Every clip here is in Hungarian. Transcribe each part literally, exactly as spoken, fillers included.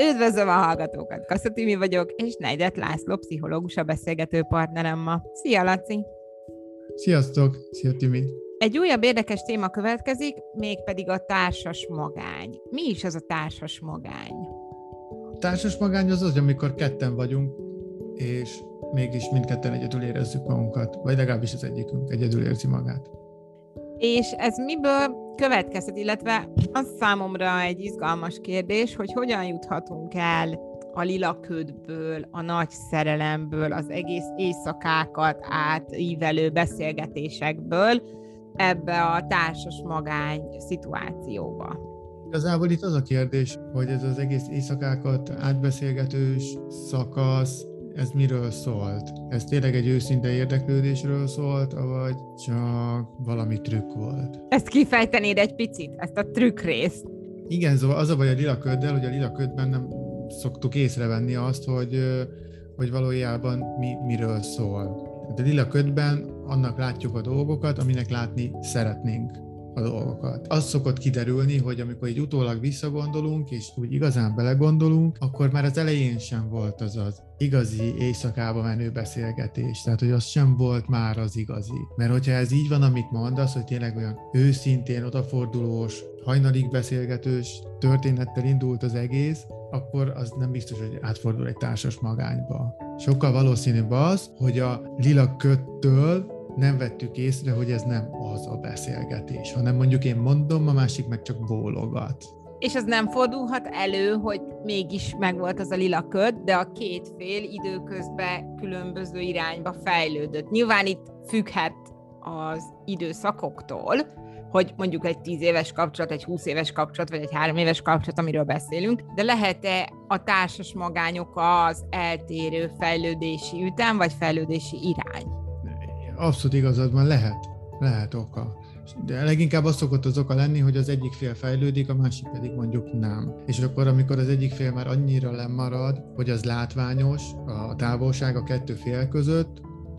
Üdvözlöm a hallgatókat! Kassa Timi vagyok, és Nejdet László pszichológus a beszélgető partnerem ma. Szia, Laci! Sziasztok! Szia, Timi! Egy újabb érdekes téma következik, mégpedig a társas magány. Mi is az a társas magány? A társas magány az az, amikor ketten vagyunk, és mégis mindketten egyedül érezzük magunkat, vagy legalábbis az egyikünk egyedül érzi magát. És ez miből következhet, illetve az számomra egy izgalmas kérdés, hogy hogyan juthatunk el a lila ködből, a nagy szerelemből, az egész éjszakákat átívelő beszélgetésekből ebbe a társas magány szituációba. Igazából itt az a kérdés, hogy ez az egész éjszakákat átbeszélgetős szakasz, ez miről szólt? Ez tényleg egy őszinte érdeklődésről szólt, vagy csak valami trükk volt? Ezt kifejtenéd egy picit, ezt a trükk részt. Igen, szóval az a baj a lila köddel, hogy a lila ködben nem szoktuk észrevenni azt, hogy, hogy valójában mi, miről szól. De a lila ködben annak látjuk a dolgokat, aminek látni szeretnénk a dolgokat. Az szokott kiderülni, hogy amikor így utólag visszagondolunk, és úgy igazán belegondolunk, akkor már az elején sem volt az az igazi éjszakába menő beszélgetés. Tehát, hogy az sem volt már az igazi. Mert hogyha ez így van, amit mondasz, hogy tényleg olyan őszintén, odafordulós, hajnalig beszélgetős történettel indult az egész, akkor az nem biztos, hogy átfordul egy társas magányba. Sokkal valószínűbb az, hogy a lila ködtől nem vettük észre, hogy ez nem az a beszélgetés, hanem mondjuk én mondom, a másik meg csak bólogat. És az nem fordulhat elő, hogy mégis megvolt az a lila köd, de a két fél időközben különböző irányba fejlődött. Nyilván itt függhet az időszakoktól, hogy mondjuk egy tíz éves kapcsolat, egy húsz éves kapcsolat, vagy egy három éves kapcsolat, amiről beszélünk, de lehet-e a társas magányok az eltérő fejlődési ütem, vagy fejlődési irány? Abszolút igazad van, lehet, lehet oka. De leginkább az szokott az oka lenni, hogy az egyik fél fejlődik, a másik pedig mondjuk nem. És akkor, amikor az egyik fél már annyira lemarad, hogy az látványos, a távolság a kettő fél között,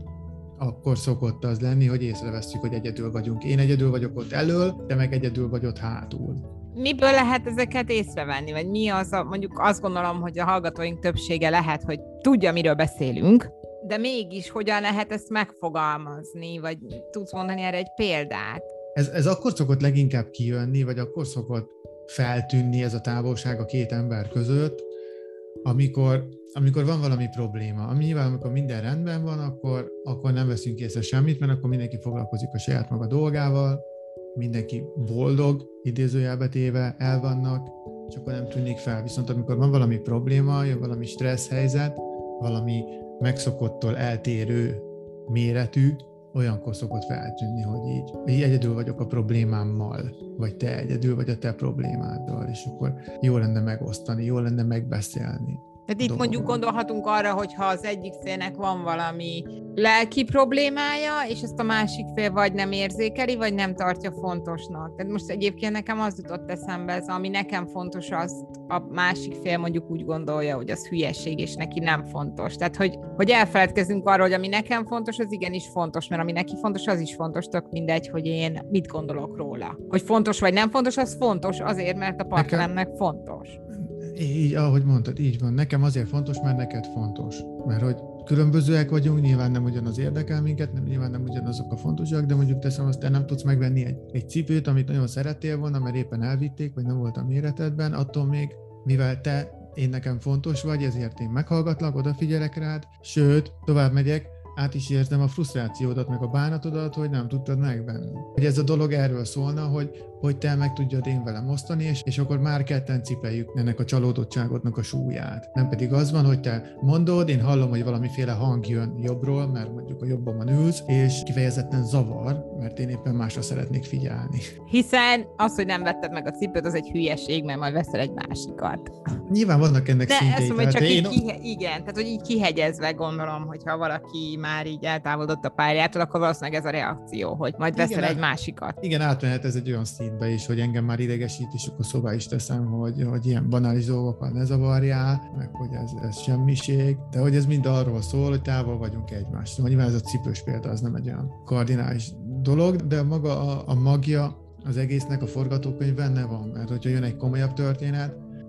akkor szokott az lenni, hogy észrevesszük, hogy egyedül vagyunk. Én egyedül vagyok ott elől, te meg egyedül vagy ott hátul. Miből lehet ezeket észrevenni? Vagy mi az a, mondjuk azt gondolom, hogy a hallgatóink többsége lehet, hogy tudja, miről beszélünk, de mégis hogyan lehet ezt megfogalmazni, vagy tudsz mondani erre egy példát? Ez, ez akkor szokott leginkább kijönni, vagy akkor szokott feltűnni ez a távolság a két ember között, amikor, amikor van valami probléma. Ami nyilván, amikor minden rendben van, akkor, akkor nem veszünk észre semmit, mert akkor mindenki foglalkozik a saját maga dolgával, mindenki boldog, idézőjelbe téve, el vannak, és akkor nem tűnik fel. Viszont amikor van valami probléma, jön valami stressz helyzet, valami megszokottól eltérő méretű, olyankor szokott feltűnni, hogy így, így egyedül vagyok a problémámmal, vagy te egyedül vagy a te problémáddal, és akkor jó lenne megosztani, jó lenne megbeszélni. Tehát itt mondjuk gondolhatunk arra, hogy ha az egyik félnek van valami lelki problémája, és ezt a másik fél vagy nem érzékeli, vagy nem tartja fontosnak. Tehát most egyébként nekem az jutott eszembe, ez, ami nekem fontos, azt a másik fél mondjuk úgy gondolja, hogy az hülyeség, és neki nem fontos. Tehát, hogy, hogy elfeledkezünk arról, hogy ami nekem fontos, az igenis fontos, mert ami neki fontos, az is fontos, tök mindegy, hogy én mit gondolok róla. Hogy fontos vagy nem fontos, az fontos azért, mert a partneremnek fontos. Így, ahogy mondtad, így van. Nekem azért fontos, mert neked fontos. Mert hogy különbözőek vagyunk, nyilván nem ugyanaz érdekel minket, nem, nyilván nem ugyanazok a fontosak, de mondjuk teszem azt, te nem tudsz megvenni egy, egy cipőt, amit nagyon szerettél volna, mert éppen elvitték, vagy nem volt a méretedben, attól még, mivel te én nekem fontos vagy, ezért én meghallgatlak, odafigyelek rád, sőt, tovább megyek, át is érzem a frusztrációdat, meg a bánatodat, hogy nem tudtad megvenni. Hogy ez a dolog erről szólna, hogy, hogy te meg tudjad én velem osztani, és, és akkor már ketten cipeljük ennek a csalódottságodnak a súlyát. Nem pedig az van, hogy te mondod, én hallom, hogy valamiféle hang jön jobbról, mert mondjuk a jobbomon ülsz, és kifejezetten zavar, mert én éppen másra szeretnék figyelni. Hiszen az, hogy nem vetted meg a cipőt, az egy hülyeség, mert majd veszel egy másikat. Nyilván vannak ennek szintjei. De csak így én... kihe- igen, tehát hogy így kihegyezve gondolom, hogyha valaki már így eltávolodott a pályától, akkor valószínűleg ez a reakció, hogy majd veszel igen, egy másikat. Igen, átmehet ez egy olyan szintbe is, hogy engem már idegesít, és akkor szóvá is teszem, hogy, hogy ilyen banális dolgokkal ne zavarjál, meg hogy ez, ez semmiség, de hogy ez mind arról szól, hogy távol vagyunk egymástól. Nyilván ez a cipős példa, az nem egy olyan kardinális dolog, de maga a, a magja az egésznek a forgatókönyv benne van, mert hogyha jön egy komolyabb történet,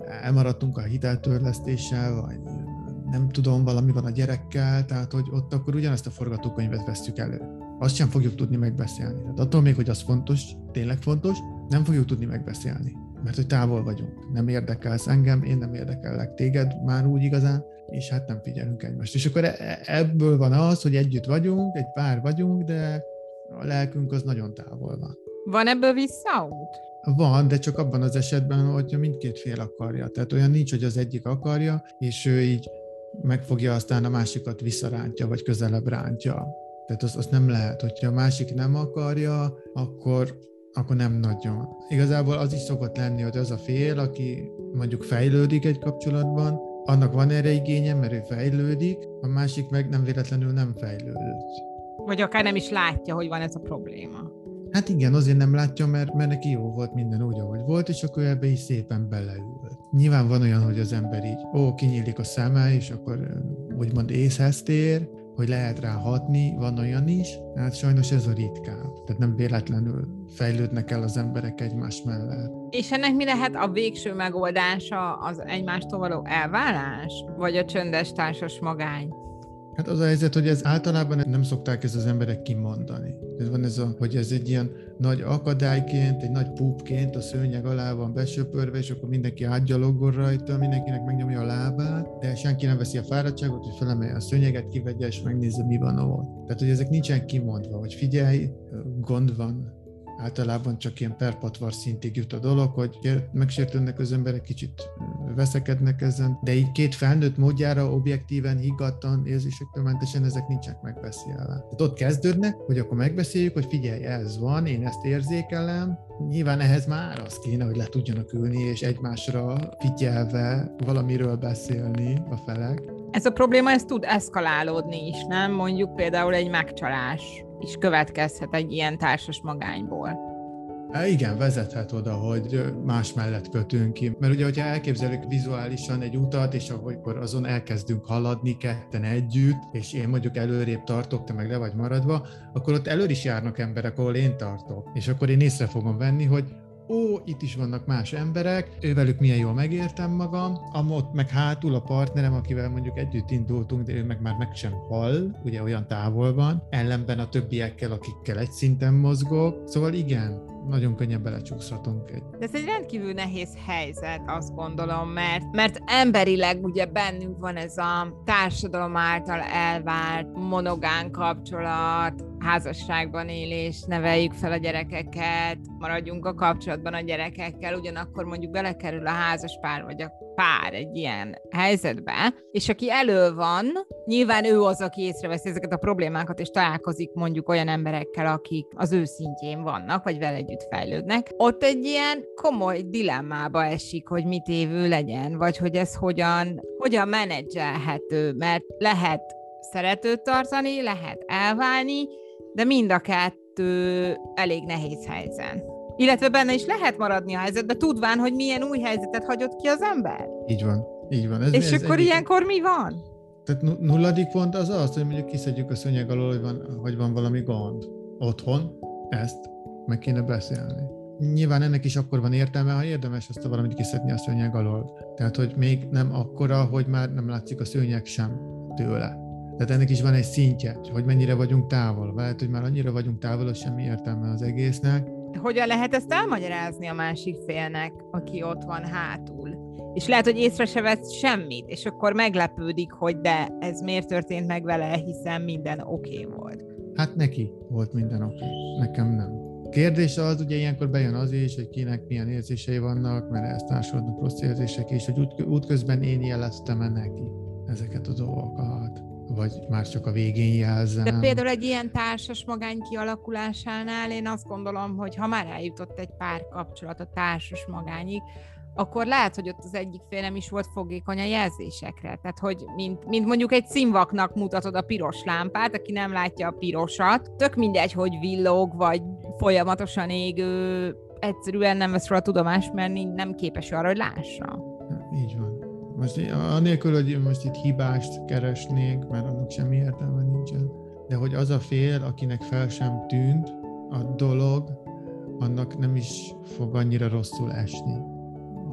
elmaradtunk a hiteltörlesztéssel, vagy nem tudom, valami van a gyerekkel, tehát hogy ott akkor ugyanezt a forgatókönyvet vesszük elő. Azt sem fogjuk tudni megbeszélni. Tehát attól még, hogy az fontos, tényleg fontos, nem fogjuk tudni megbeszélni. Mert hogy távol vagyunk. Nem érdekelsz engem, én nem érdekellek téged már úgy igazán, és hát nem figyelünk egymást. És akkor ebből van az, hogy együtt vagyunk, egy pár vagyunk, de a lelkünk az nagyon távol van. Van ebből visszaút? Van, de csak abban az esetben, hogyha mindkét fél akarja. Tehát olyan nincs, hogy az egyik akarja, és ő így megfogja, aztán a másikat visszarántja, vagy közelebb rántja. Tehát azt, azt nem lehet, hogyha a másik nem akarja, akkor, akkor nem nagyon. Igazából az is szokott lenni, hogy az a fél, aki mondjuk fejlődik egy kapcsolatban, annak van erre igénye, mert ő fejlődik, a másik meg nem véletlenül nem fejlődött. Vagy akár nem is látja, hogy van ez a probléma. Hát igen, azért nem látja, mert, mert neki jó volt minden úgy, ahogy volt, és akkor ebbe is szépen beleült. Nyilván van olyan, hogy az ember így, ó, kinyílik a szeme, és akkor úgymond észhez tér, hogy lehet rá hatni, van olyan is, hát sajnos ez a ritkább. Tehát nem véletlenül fejlődnek el az emberek egymás mellett. És ennek mi lehet a végső megoldása, az egymástól való elválás? Vagy a csöndes társas magány? Hát az a helyzet, hogy ez általában nem szokták ezt az emberek kimondani. Ez van ez a, hogy ez egy ilyen nagy akadályként, egy nagy púpként a szőnyeg alá van besöpörve, és akkor mindenki átgyalogol rajta, mindenkinek megnyomja a lábát, de senki nem veszi a fáradtságot, hogy felemelje a szőnyeget, kivegye és megnézze, mi van ott. Tehát, hogy ezek nincsen kimondva, hogy figyelj, gond van. Általában csak ilyen perpatvar szintig jut a dolog, hogy megsértődnek az emberek, kicsit veszekednek ezen, de így két felnőtt módjára objektíven, higgadtan, érzésektől mentesen ezek nincsenek megbeszélve. Tehát ott kezdődnek, hogy akkor megbeszéljük, hogy figyelj, ez van, én ezt érzékelem, nyilván ehhez már az kéne, hogy le tudjanak ülni, és egymásra figyelve valamiről beszélni a felek. Ez a probléma, ez tud eszkalálódni is, nem? Mondjuk például egy megcsalás is következhet egy ilyen társas magányból. Há, igen, vezethet oda, hogy más mellett kötünk ki. Mert ugye, hogyha elképzeljük vizuálisan egy utat, és akkor azon elkezdünk haladni ketten együtt, és én mondjuk előrébb tartok, te meg le vagy maradva, akkor ott előr is járnak emberek, ahol én tartok. És akkor én észre fogom venni, hogy ó, itt is vannak más emberek, ővelük milyen jól megértem magam, amott meg hátul a partnerem, akivel mondjuk együtt indultunk, de ő meg már meg sem hall, ugye olyan távol van, ellenben a többiekkel, akikkel egy szinten mozgok, szóval igen, nagyon könnyen belecsúszhatunk egy. De ez egy rendkívül nehéz helyzet, azt gondolom, mert, mert emberileg ugye bennünk van ez a társadalom által elvárt monogám kapcsolat, házasságban élés, neveljük fel a gyerekeket, maradjunk a kapcsolatban a gyerekekkel, ugyanakkor mondjuk belekerül a házas pár vagy a pár egy ilyen helyzetbe, és aki elő van, nyilván ő az, aki észreveszi ezeket a problémákat, és találkozik mondjuk olyan emberekkel, akik az ő szintjén vannak, vagy vele együtt fejlődnek. Ott egy ilyen komoly dilemmába esik, hogy mit évő legyen, vagy hogy ez hogyan, hogyan menedzselhető, mert lehet szeretőt tartani, lehet elválni, de mind a kettő elég nehéz helyzet. Illetve benne is lehet maradni a helyzetbe, tudván, hogy milyen új helyzetet hagyott ki az ember. Így van, így van. Ez, És ez akkor egyik... ilyenkor mi van? Tehát nulladik pont az az, hogy mondjuk kiszedjük a szőnyeg alól, hogy van, hogy van valami gond. Otthon ezt meg kéne beszélni. Nyilván ennek is akkor van értelme, ha érdemes azt a valamit kiszedni a szőnyeg alól. Tehát, hogy még nem akkora, hogy már nem látszik a szőnyeg sem tőle. Tehát ennek is van egy szintje, hogy mennyire vagyunk távol. Lehet, hogy már annyira vagyunk távol, hogy semmi értelme az egésznek. Hogyan lehet ezt elmagyarázni a másik félnek, aki ott van hátul? És lehet, hogy észre se vesz semmit, és akkor meglepődik, hogy de ez miért történt meg vele, hiszen minden oké okay volt. Hát neki volt minden oké, okay. Nekem nem. Kérdés az, ugye ilyenkor bejön az is, hogy kinek milyen érzései vannak, mert ezt társadalmak rossz érzések is, hogy út, útközben én jeleztem-e neki ezeket a dolgokat, vagy már csak a végén jelzem. De például egy ilyen társas magány kialakulásánál én azt gondolom, hogy ha már eljutott egy pár kapcsolat a társas magányig, akkor lehet, hogy ott az egyik fél nem is volt fogékony a jelzésekre. Tehát, hogy mint, mint mondjuk egy színvaknak mutatod a piros lámpát, aki nem látja a pirosat, tök mindegy, hogy villog, vagy folyamatosan égő, egyszerűen nem vesz róla tudomást, mert nem képes arra, hogy lássa. Így van. Most anélkül, hogy most itt hibást keresnénk, mert annak semmi értelme nincsen, de hogy az a fél, akinek fel sem tűnt a dolog, annak nem is fog annyira rosszul esni,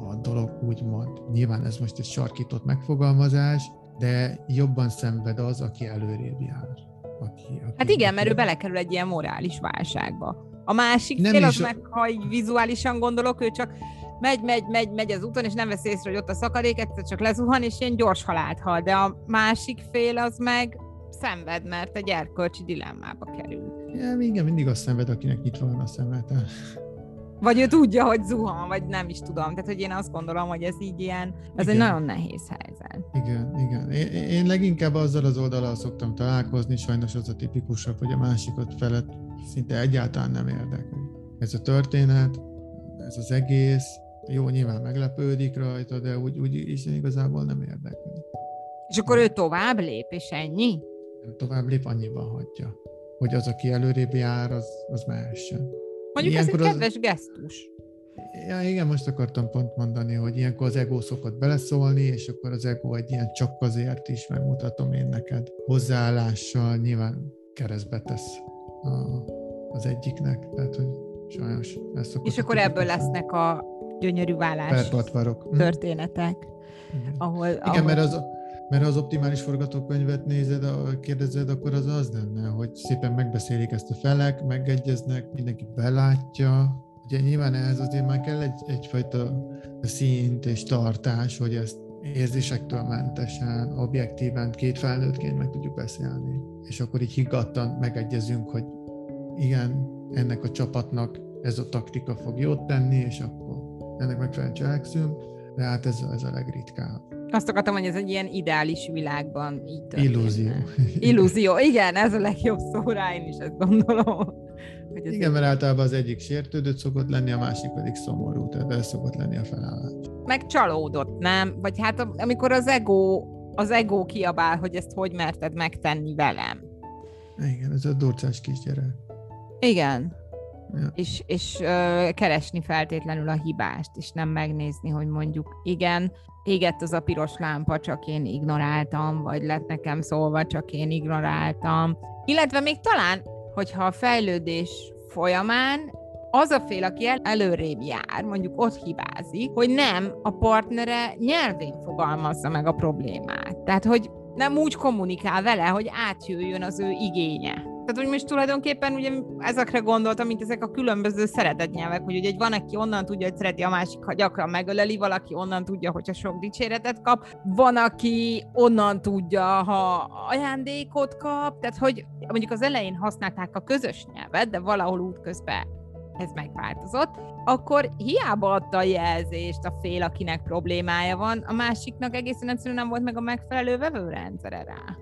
a dolog, úgymond. Nyilván ez most egy sarkított megfogalmazás, de jobban szenved az, aki előrébb jár. Aki, aki, hát igen, aki... mert ő belekerül egy ilyen morális válságba. A másik nem fél az a... meg, ha így vizuálisan gondolok, ő csak megy, megy, megy, megy az úton, és nem vesz észre, hogy ott a szakadék, egyszer csak lezuhan, és ilyen gyors halált hal. De a másik fél az meg szenved, mert egy erkölcsi dilemmába kerül. Ja, igen, mindig azt szenved, akinek nyitva van a szemete. Vagy ő tudja, hogy zuhan, vagy nem is tudom. Tehát, hogy én azt gondolom, hogy ez így ilyen, ez igen. Egy nagyon nehéz helyzet. Igen, igen. Én, én leginkább azzal az oldalal szoktam találkozni, sajnos az a tipikusabb, hogy a másikat felett szinte egyáltalán nem érdekli. Ez a történet, ez az egész, jó, nyilván meglepődik rajta, de úgy, úgy is igazából nem érdekli. És akkor ő tovább lép, és ennyi? Tovább lép, annyiban hagyja. Hogy az, aki előrébb jár, az, az mehessen. Mondjuk ilyenkor ez egy kedves az... gesztus. Ja, igen, most akartam pont mondani, hogy ilyenkor az ego szokott beleszólni, és akkor az ego egy ilyen csak azért is megmutatom én neked. Hozzáállással nyilván keresztbe tesz a, az egyiknek, tehát hogy sajnos ez szokott. És akkor ebből lesznek a gyönyörű vállás történetek. Igen, ahol, igen ahol... mert az Mert ha az optimális forgatókönyvet nézed, kérdezed, akkor az az lenne, hogy szépen megbeszélik ezt a felek, megegyeznek, mindenki belátja. Ugye nyilván ehhez azért már kell egy, egyfajta szint és tartás, hogy ezt érzésektől mentesen, objektíven, két felnőttként meg tudjuk beszélni. És akkor így higgadtan megegyezünk, hogy igen, ennek a csapatnak ez a taktika fog jót tenni, és akkor ennek megfelelően cselekszünk, de hát ez, ez a legritkább. Azt akartam, hogy ez egy ilyen ideális világban így történne. Illúzió. Illúzió, igen, ez a legjobb szó rá, én is ezt gondolom. Hogy igen, mert általában az egyik sértődött szokott lenni, a másik pedig szomorú, tehát ez szokott lenni a felállás. Meg csalódott, nem? Vagy hát amikor az ego, az ego kiabál, hogy ezt hogy merted megtenni velem. Igen, ez a durcás kisgyerek. Igen. Ja. És, és ö, keresni feltétlenül a hibást, és nem megnézni, hogy mondjuk igen, égett az a piros lámpa, csak én ignoráltam, vagy lett nekem szólva, csak én ignoráltam. Illetve még talán, hogyha a fejlődés folyamán az a fél, aki el, előrébb jár, mondjuk ott hibázik, hogy nem a partnere nyelvén fogalmazza meg a problémát. Tehát, hogy nem úgy kommunikál vele, hogy átjöjjön az ő igénye. Tehát, hogy most tulajdonképpen ugye ezekre gondoltam, mint ezek a különböző szeretetnyelvek, hogy ugye van, aki onnan tudja, hogy szereti a másik, ha gyakran megöleli, valaki onnan tudja, hogyha sok dicséretet kap, van, aki onnan tudja, ha ajándékot kap, tehát, hogy mondjuk az elején használták a közös nyelvet, de valahol útközben ez megváltozott, akkor hiába adta a jelzést a fél, akinek problémája van, a másiknak egészen egyszerűen nem volt meg a megfelelő vevőrendszere rá.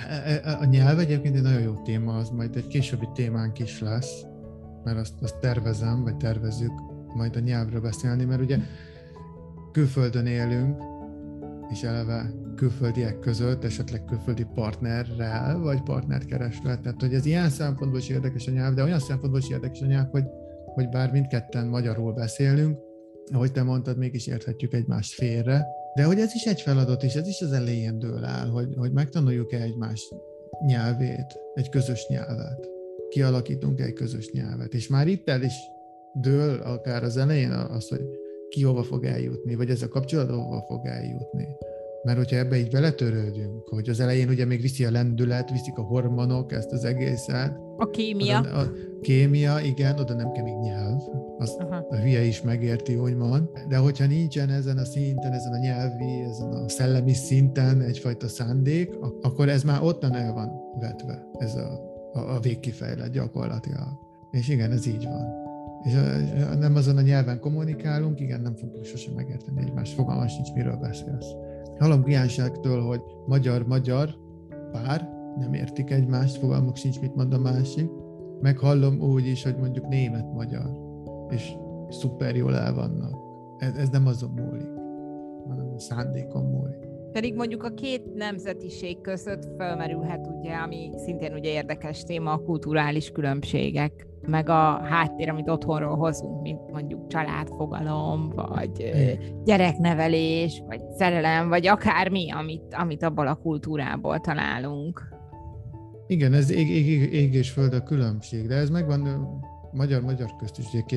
A nyelv egyébként egy nagyon jó téma, az majd egy későbbi témánk is lesz, mert azt, azt tervezem, vagy tervezzük majd a nyelvről beszélni, mert ugye külföldön élünk, és eleve külföldiek között, esetleg külföldi partnerrel, vagy partnert keresve. Tehát, hogy ez ilyen szempontból is érdekes a nyelv, de olyan szempontból is érdekes a nyelv, hogy, hogy bár mindketten magyarul beszélünk, ahogy te mondtad, mégis érthetjük egymást félre, de hogy ez is egy feladat, és ez is az elején dől el, hogy, hogy megtanuljuk-e egymás nyelvét, egy közös nyelvet. Kialakítunk egy közös nyelvet. És már itt el is dől akár az elején az, hogy ki hova fog eljutni, vagy ez a kapcsolat hova fog eljutni. Mert hogyha ebbe így beletörődünk, hogy az elején ugye még viszi a lendület, viszik a hormonok, ezt az egészet. A kémia. Oda, a kémia, igen, oda nem kell még nyelv. Azt a hülye is megérti, úgymond. De hogyha nincsen ezen a szinten, ezen a nyelvi, ezen a szellemi szinten egyfajta szándék, akkor ez már ottan el van vetve, ez a, a, a végkifejlet gyakorlatilag. És igen, ez így van. És a, nem azon a nyelven kommunikálunk, igen, nem fogjuk sosem megérteni egymást. Fogalmas nincs, miről beszélsz. Hallom kliensektől, hogy magyar-magyar pár nem értik egymást, fogalmuk sincs, mit mond a másik. Meghallom úgy is, hogy mondjuk német-magyar, és szuper jól el vannak. Ez, ez nem azon múlik, hanem a szándékon múlik. Pedig mondjuk a két nemzetiség között felmerülhet ugye, ami szintén ugye érdekes téma, a kulturális különbségek, meg a háttér, amit otthonról hozunk, mint mondjuk családfogalom, vagy gyereknevelés, vagy szerelem, vagy akármi, amit, amit abból a kultúrából találunk. Igen, ez ég, ég, ég és föld a különbség, de ez megvan magyar-magyar közt is, ugye két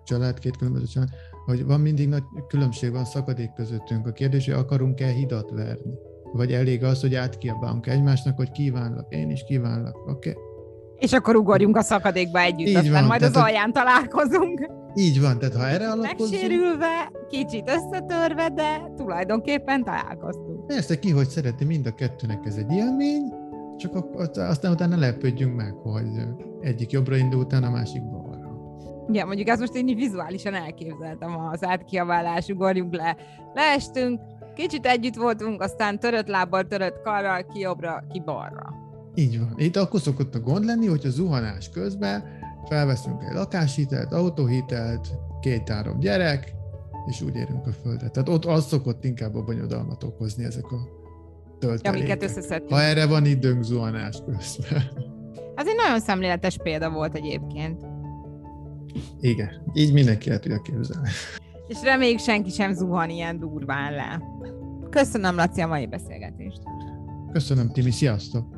család, két különböző család, hogy van mindig nagy különbség, van szakadék közöttünk. A kérdés, hogy akarunk-e hidat verni? Vagy elég az, hogy átkiabálunk egymásnak, hogy kívánlak, én is kívánlak, oké? Okay? És akkor ugorjunk a szakadékba együtt, így aztán van, majd az alján találkozunk. Így van, tehát ha erre alapozzunk... Megsérülve, kicsit összetörve, de tulajdonképpen találkoztunk. Persze, ki hogy szereti, mind a kettőnek ez egy élmény, csak aztán utána lepődjünk meg, hogy egyik jobbra indul, utána a másik balra. Ja, mondjuk ezt most én így vizuálisan elképzeltem, az átkiabálás, ugorjunk le. Leestünk, kicsit együtt voltunk, aztán törött lábbal, törött karral, ki jobbra, ki balra. Így van. Itt akkor szokott a gond lenni, hogy a zuhanás közben felveszünk egy lakáshitelt, autóhitelt, két-három gyerek, és úgy érünk a földre. Tehát ott az szokott inkább a bonyodalmat okozni ezek a töltelékek. Amiket összeszedtünk. Ha erre van időnk zuhanás közben. Ez egy nagyon szemléletes példa volt egyébként. Igen, így mindenki el tudja képzelni. És reméljük senki sem zuhan ilyen durván le. Köszönöm, Laci, a mai beszélgetést. Köszönöm, Timi, sziasztok!